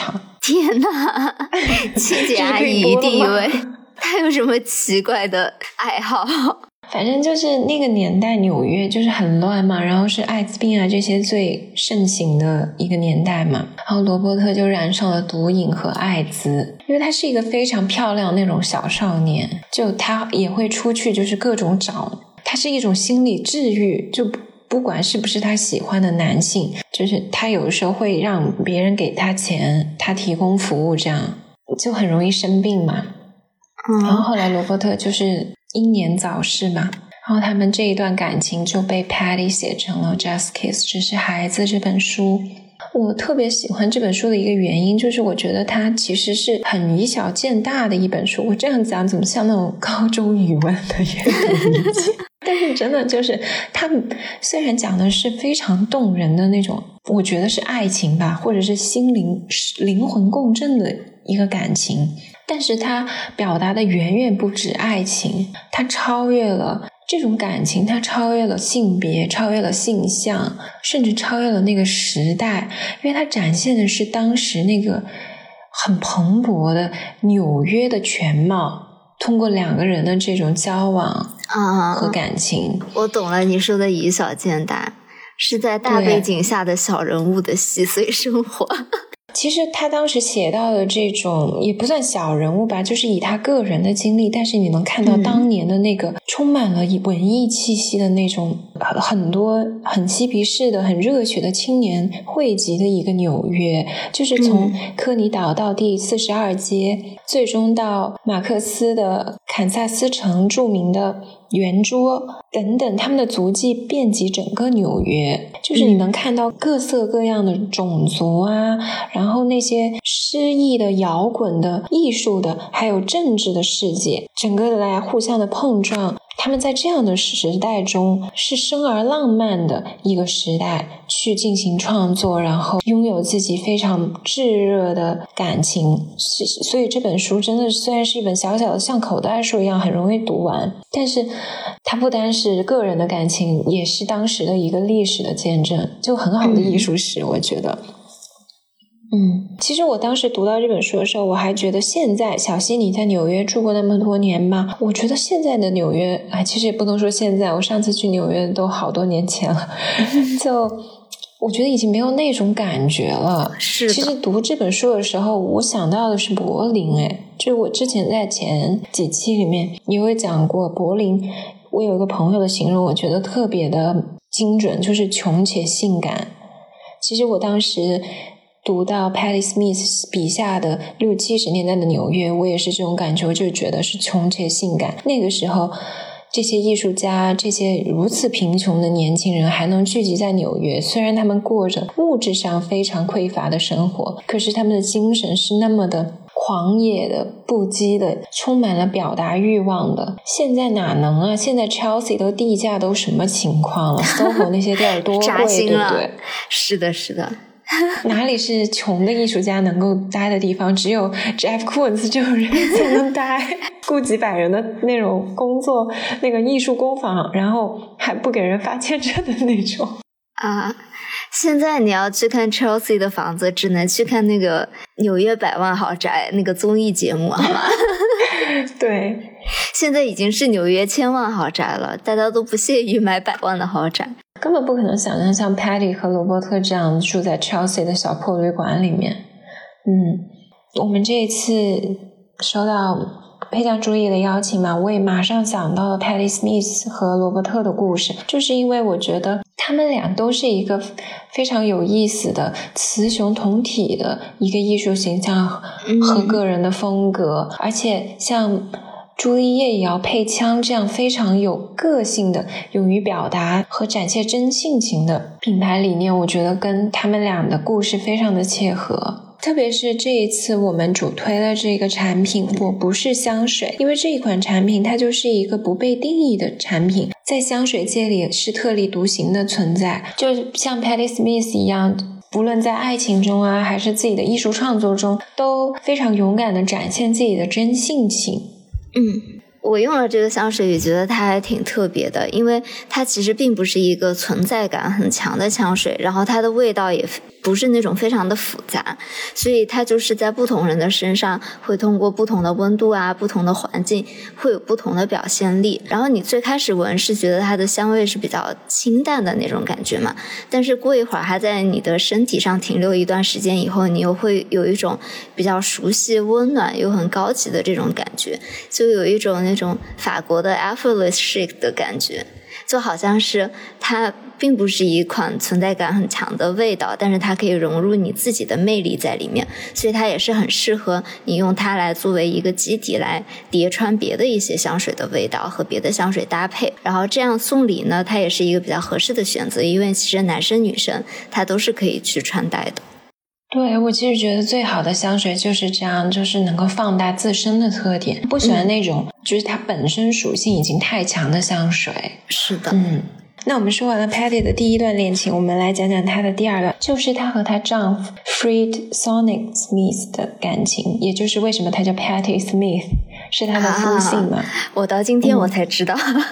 天哪，清洁阿姨一定以为她有什么奇怪的爱好。 反正就是那个年代纽约就是很乱嘛，然后是艾滋病啊这些最盛行的一个年代嘛，然后罗伯特就染上了毒瘾和艾滋。因为他是一个非常漂亮那种小少年，就他也会出去就是各种找，他是一种心理治愈，就不管是不是他喜欢的男性，就是他有的时候会让别人给他钱，他提供服务，这样就很容易生病嘛。 嗯， 然后后来罗伯特就是英年早逝嘛，然后他们这一段感情就被 Patty 写成了 Just Kiss 只是孩子这本书。我特别喜欢这本书的一个原因，就是我觉得它其实是很以小见大的一本书。我这样讲怎么像那种高中语文的阅读理解但是真的就是它虽然讲的是非常动人的那种，我觉得是爱情吧，或者是心灵灵魂共振的一个感情，但是它表达的远远不止爱情，它超越了这种感情，它超越了性别，超越了性向，甚至超越了那个时代，因为它展现的是当时那个很蓬勃的纽约的全貌，通过两个人的这种交往和感情、 啊、我懂了，你说的以小见大是在大背景下的小人物的细碎生活。 其实他当时写到的这种也不算小人物吧，就是以他个人的经历，但是你能看到当年的那个充满了文艺气息的那种很多很嬉皮士的很热血的青年汇集的一个纽约，就是从科尼岛到第四十二街、嗯、最终到马克思的堪萨斯城著名的圆桌等等，他们的足迹遍及整个纽约，就是你能看到各色各样的种族啊、嗯、然后那些诗意的摇滚的艺术的还有政治的世界整个来互相的碰撞，他们在这样的时代中是生而浪漫的一个时代去进行创作，然后拥有自己非常炙热的感情。所以这本书真的虽然是一本小小的像口袋书一样很容易读完，但是它不单是个人的感情，也是当时的一个历史的见证，就很好的艺术史、嗯、我觉得嗯，其实我当时读到这本书的时候，我还觉得现在小希你在纽约住过那么多年嘛，我觉得现在的纽约，哎，其实也不能说现在，我上次去纽约都好多年前了，就我觉得已经没有那种感觉了。 是的。 其实读这本书的时候，我想到的是柏林，哎，就是我之前在前几期里面也有讲过柏林，我有一个朋友的形容，我觉得特别的精准，就是穷且性感。其实我当时读到 Patti Smith 笔下的六七十年代的纽约，我也是这种感觉，我就觉得是穷且性感。那个时候这些艺术家，这些如此贫穷的年轻人还能聚集在纽约，虽然他们过着物质上非常匮乏的生活，可是他们的精神是那么的狂野的、不羁的，充满了表达欲望的。现在哪能啊，现在 Chelsea 都地价都什么情况了？S O H O 那些店多贵对不对？ 是的是的， 哪里是穷的艺术家能够待的地方，只有 Jeff Koons 这种人才能待雇几百人的那种工作，那个艺术工坊，然后还不给人发签证的那种啊。现在你要去看 Chelsea 的房子，只能去看那个纽约百万豪宅那个综艺节目，好吗？ 对， 现在已经是纽约千万豪宅了，大家都不屑于买百万的豪宅， 根本不可能想象像 Patty 和罗伯特这样住在 Chelsea 的小破旅馆里面。嗯，我们这一次收到佩江朱丽的邀请嘛，我也马上想到了 Patti Smith 和罗伯特的故事，就是因为我觉得他们俩都是一个非常有意思的雌雄同体的一个艺术形象和个人的风格、嗯、而且像朱丽叶也要配枪这样非常有个性的勇于表达和展现真性情的品牌理念，我觉得跟他们俩的故事非常的切合。特别是这一次我们主推的这个产品我不是香水，因为这一款产品它就是一个不被定义的产品，在香水界里是特立独行的存在，就像 Patti Smith 一样，不论在爱情中啊还是自己的艺术创作中，都非常勇敢地展现自己的真性情。 嗯，我用了这个香水也觉得它还挺特别的，因为它其实并不是一个存在感很强的香水，然后它的味道也不是那种非常的复杂，所以它就是在不同人的身上会通过不同的温度啊，不同的环境会有不同的表现力。然后你最开始闻是觉得它的香味是比较清淡的那种感觉嘛，但是过一会儿它在你的身体上停留一段时间以后，你又会有一种比较熟悉温暖又很高级的这种感觉，就有一种那种法国的 effortless chic 的感觉，就好像是它并不是一款存在感很强的味道，但是它可以融入你自己的魅力在里面，所以它也是很适合你用它来作为一个基底来叠穿别的一些香水的味道和别的香水搭配，然后这样送礼呢，它也是一个比较合适的选择，因为其实男生女生它都是可以去穿戴的。 对，我其实觉得最好的香水就是这样，就是能够放大自身的特点，不喜欢那种、嗯、就是它本身属性已经太强的香水。 是的， 嗯。那我们说完了 Patty 的第一段恋情，我们来讲讲她的第二段，就是她和她丈夫 Fred Sonic Smith 的感情，也就是为什么她叫 Patty Smith， 是她的夫姓嘛、啊、 我到今天我才知道、嗯、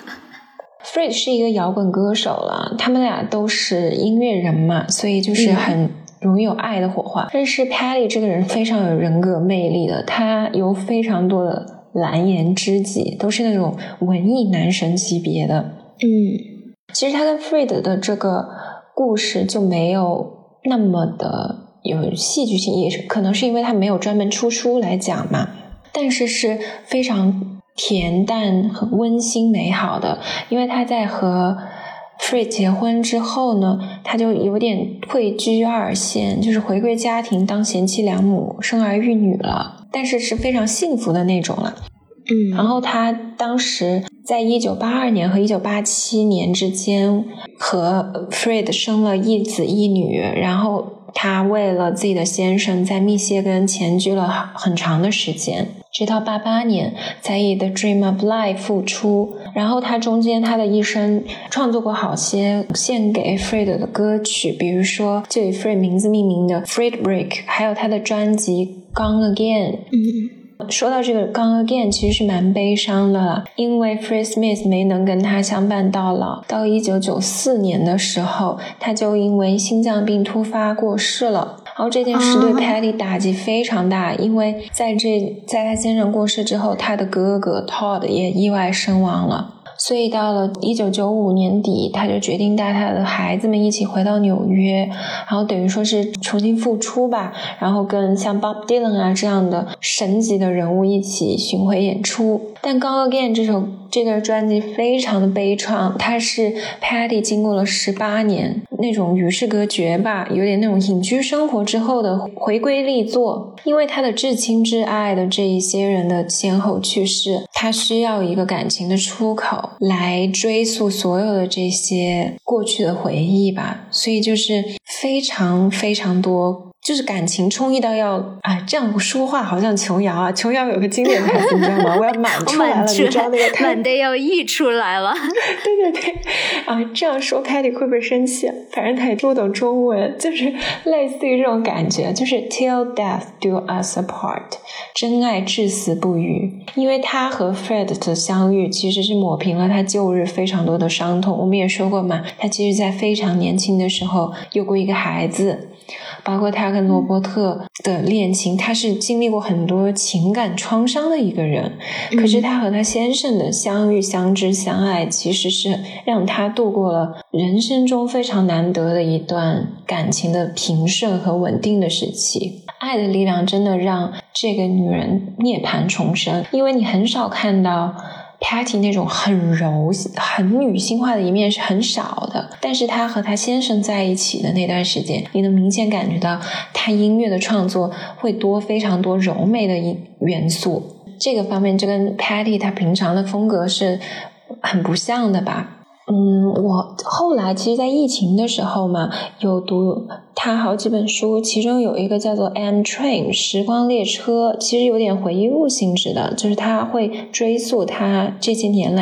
Fred 是一个摇滚歌手了，他们俩都是音乐人嘛，所以就是很容易有爱的火花、嗯、但是 Patty 这个人非常有人格魅力的，她有非常多的蓝颜知己，都是那种文艺男神级别的。 嗯， 其实他跟 Fred 的这个故事就没有那么的有戏剧性，也是可能是因为他没有专门出书来讲嘛，但是是非常恬淡很温馨美好的。因为他在和 Fred 结婚之后呢，他就有点退居二线，就是回归家庭当贤妻良母生儿育女了，但是是非常幸福的那种了。 嗯， 然后他当时在一九八二年和一九八七年之间和 Fred 生了一子一女，然后他为了自己的先生在密歇根潜居了很长的时间，直到八八年才以 The Dream of Life 复出。然后他中间他的一生创作过好些献给 Fred 的歌曲，比如说就以 Fred 名字命名的 Frederick， 还有他的专辑 Gone Again。 嗯， 说到这个 Gone Again 其实是蛮悲伤的了，因为 Fred Smith 没能跟他相伴到老，到一九九四年的时候他就因为心脏病突发过世了。然后这件事对 Patty 打击非常大，因为在这在他先生过世之后，他的哥哥 Todd 也意外身亡了。所以到了一九九五年底，他就决定带他的孩子们一起回到纽约，然后等于说是重新复出吧，然后跟像 Bob Dylan 啊这样的神级的人物一起巡回演出。但 Gone Again 这首这个专辑非常的悲怆，它是 Patty 经过了十八年那种与世隔绝吧，有点那种隐居生活之后的回归力作。因为他的至亲至爱的这一些人的先后去世，他需要一个感情的出口来追溯所有的这些过去的回忆吧，所以就是非常非常多，就是感情充溢到要啊，这样说话好像琼瑶啊，琼瑶有个经典台词你知道吗？我要满出来了，你知道那个台满的要溢出来了。 对对对啊，这样说 Patty 会不会生气？反正他也听不懂中文，就是类似于这种感觉，就是 Till death do us apart， 真爱至死不渝。因为他和 Fred 的相遇其实是抹平了他旧日非常多的伤痛。我们也说过嘛，他其实在非常年轻的时候有过一个孩子，包括他跟罗伯特的恋情，他是经历过很多情感创伤的一个人。可是他和他先生的相遇相知相爱，其实是让他度过了人生中非常难得的一段感情的平顺和稳定的时期。爱的力量真的让这个女人涅槃重生，因为你很少看到Patty 那种很柔很女性化的一面是很少的，但是她和她先生在一起的那段时间，你能明显感觉到她音乐的创作会多非常多柔美的元素。这个方面就跟 Patty 她平常的风格是很不像的吧。嗯，我后来其实在疫情的时候嘛，有读他好几本书，其中有一个叫做 M Train 时光列车，其实有点回忆录性质的，就是他会追溯他这些年来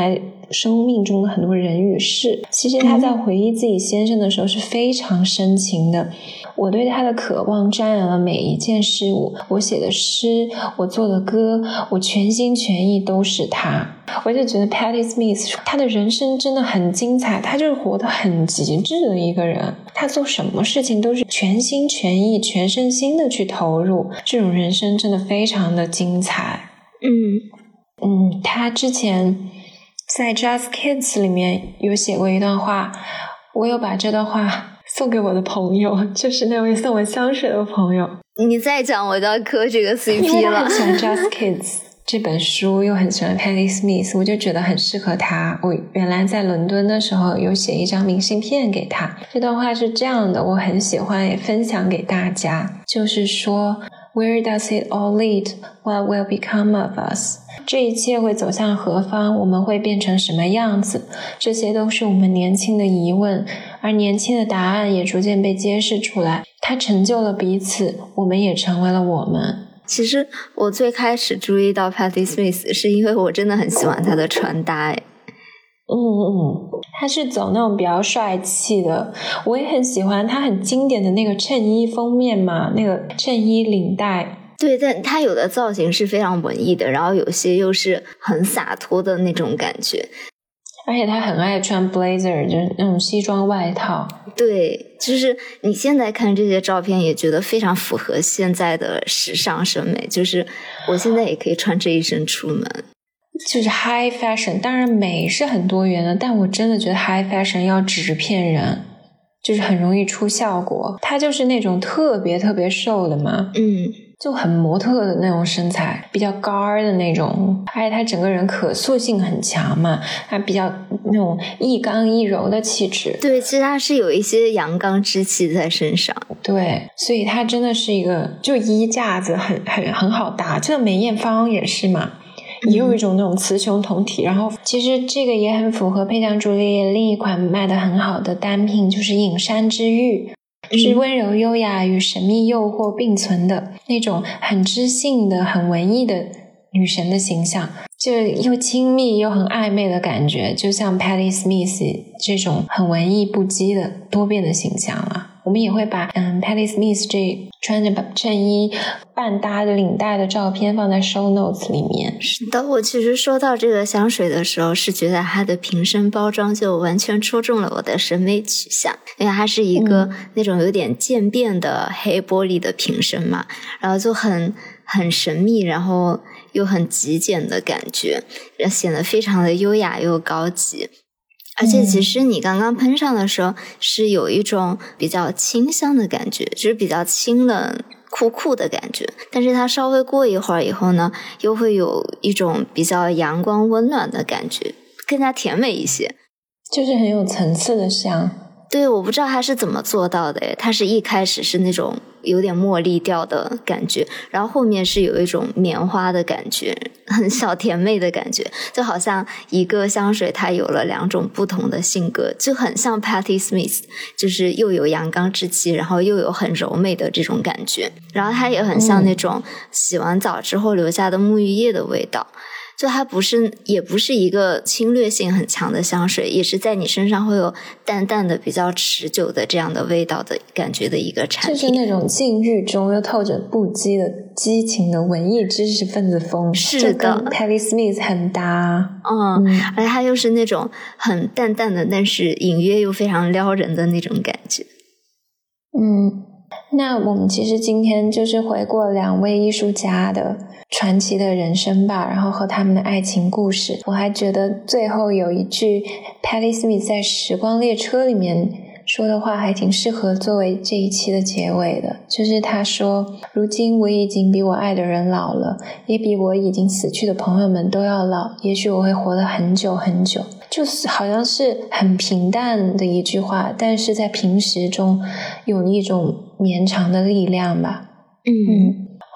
生命中的很多人与事。其实他在回忆自己先生的时候是非常深情的，我对他的渴望沾染了每一件事物，我写的诗，我做的歌，我全心全意都是他。我就觉得 Patti Smith 他的人生真的很精彩，他就是活得很极致的一个人，他做什么事情都是全心全意全身心的去投入，这种人生真的非常的精彩。 嗯嗯，他之前在 Just Kids 里面有写过一段话，我有把这段话送给我的朋友，就是那位送我香水的朋友。 你再讲我就要磕这个 C P 了。 因为他很喜欢 Just Kids 这本书，又很喜欢 Patti Smith， 我就觉得很适合他。我原来在伦敦的时候有写一张明信片给他，这段话是这样的，我很喜欢，也分享给大家，就是说 Where does it all lead? What will become of us? 这一切会走向何方？我们会变成什么样子？这些都是我们年轻的疑问，而年轻的答案也逐渐被揭示出来。它成就了彼此，我们也成为了我们。 其实我最开始注意到 Patti Smith 是因为我真的很喜欢她的穿搭。 嗯嗯，他是走那种比较帅气的，我也很喜欢他很经典的那个衬衣封面嘛，那个衬衣领带。 对，但他有的造型是非常文艺的，然后有些又是很洒脱的那种感觉。 而且他很爱穿 blazer， 就是那种西装外套。 对，就是你现在看这些照片也觉得非常符合现在的时尚审美，就是我现在也可以穿这一身出门。 就是 high fashion， 当然美是很多元的，但我真的觉得 high fashion 要直骗人，就是很容易出效果。他就是那种特别特别瘦的嘛， 嗯， 就很模特的那种身材，比较高的那种，而且他整个人可塑性很强嘛，他比较那种一刚一柔的气质。 对，其实他是有一些阳刚之气在身上。 对，所以他真的是一个，就衣架子很很很好搭，就像梅艳芳也是嘛。也有一种那种雌雄同体，然后其实这个也很符合佩强朱丽叶另一款卖的很好的单品，就是隐山之玉，是温柔优雅与神秘诱惑并存的那种很知性的很文艺的女神的形象，就又亲密又很暧昧的感觉，就像 Patti Smith 这种很文艺不羁的多变的形象了。我们也会把嗯 Patti Smith 这穿着衬衣半搭的领带的照片放在 show notes 里面。 是的，我其实说到这个香水的时候，是觉得它的瓶身包装就完全戳中了我的审美取向，因为它是一个、嗯、那种有点渐变的黑玻璃的瓶身嘛，然后就很很神秘，然后又很极简的感觉，显得非常的优雅又高级。而且其实你刚刚喷上的时候是有一种比较清香的感觉，就是比较清冷酷酷的感觉，但是它稍微过一会儿以后呢，又会有一种比较阳光温暖的感觉，更加甜美一些， 就是很有层次的香。 对，我不知道它是怎么做到的，它是一开始是那种有点茉莉调的感觉，然后后面是有一种棉花的感觉，很小甜妹的感觉，就好像一个香水它有了两种不同的性格，就很像 Patti Smith， 就是又有阳刚之气，然后又有很柔美的这种感觉，然后它也很像那种洗完澡之后留下的沐浴液的味道，就它不是也不是一个侵略性很强的香水，也是在你身上会有淡淡的比较持久的这样的味道的感觉的一个产品， 就是那种禁欲中又透着不羁的激情的文艺知识分子风。 是的， 跟 Patti Smith 很搭。 嗯，嗯而且它又是那种很淡淡的但是隐约又非常撩人的那种感觉。 嗯，那我们其实今天就是回顾两位艺术家的传奇的人生吧，然后和他们的爱情故事。我还觉得最后有一句 Patti Smith 在时光列车里面说的话还挺适合作为这一期的结尾的，就是他说，如今我已经比我爱的人老了，也比我已经死去的朋友们都要老，也许我会活得很久很久。就是好像是很平淡的一句话，但是在平时中有一种绵长的力量吧。 嗯，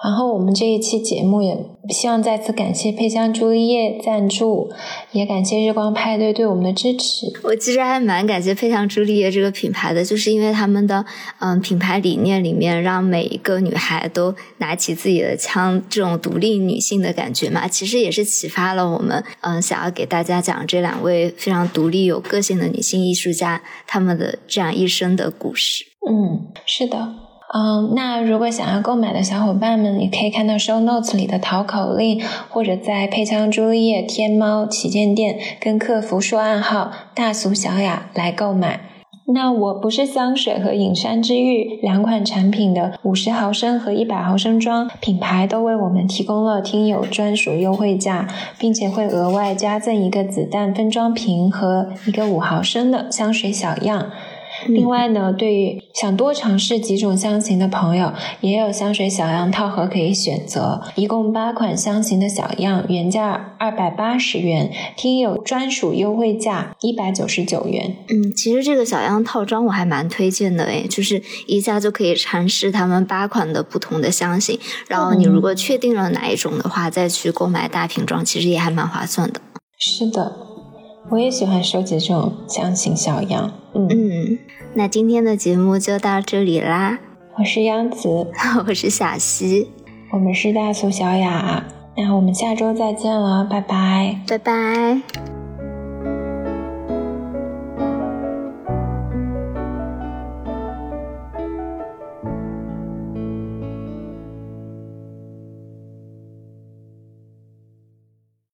然后我们这一期节目也希望再次感谢配香朱丽叶赞助，也感谢日光派对对我们的支持。 我其实还蛮感谢配香朱丽叶这个品牌的，就是因为他们的嗯品牌理念里面让每一个女孩都拿起自己的枪，这种独立女性的感觉嘛，其实也是启发了我们嗯想要给大家讲这两位非常独立有个性的女性艺术家他们的这样一生的故事。 嗯，是的。嗯，那如果想要购买的小伙伴们，也可以看到 show notes 里的淘口令，或者在配香朱丽叶天猫旗舰店跟客服说暗号大俗小雅来购买。那我不是香水和隐山之玉两款产品的五十毫升和一百毫升装品牌都为我们提供了听友专属优惠价，并且会额外加赠一个子弹分装瓶和一个五毫升的香水小样。另外呢，对于想多尝试几种香型的朋友，也有香水小样套盒可以选择，一共八款香型的小样，原价二百八十元，听友专属优惠价一百九十九元。 嗯，其实这个小样套装我还蛮推荐的诶，就是一下就可以尝试他们八款的不同的香型，然后你如果确定了哪一种的话，再去购买大瓶装，其实也还蛮划算的。 是的，我也喜欢收集这种香型小样。嗯嗯，那今天的节目就到这里啦。 我是央子， 我是小溪， 我们是大俗小雅。那我们下周再见了，拜拜， 拜拜。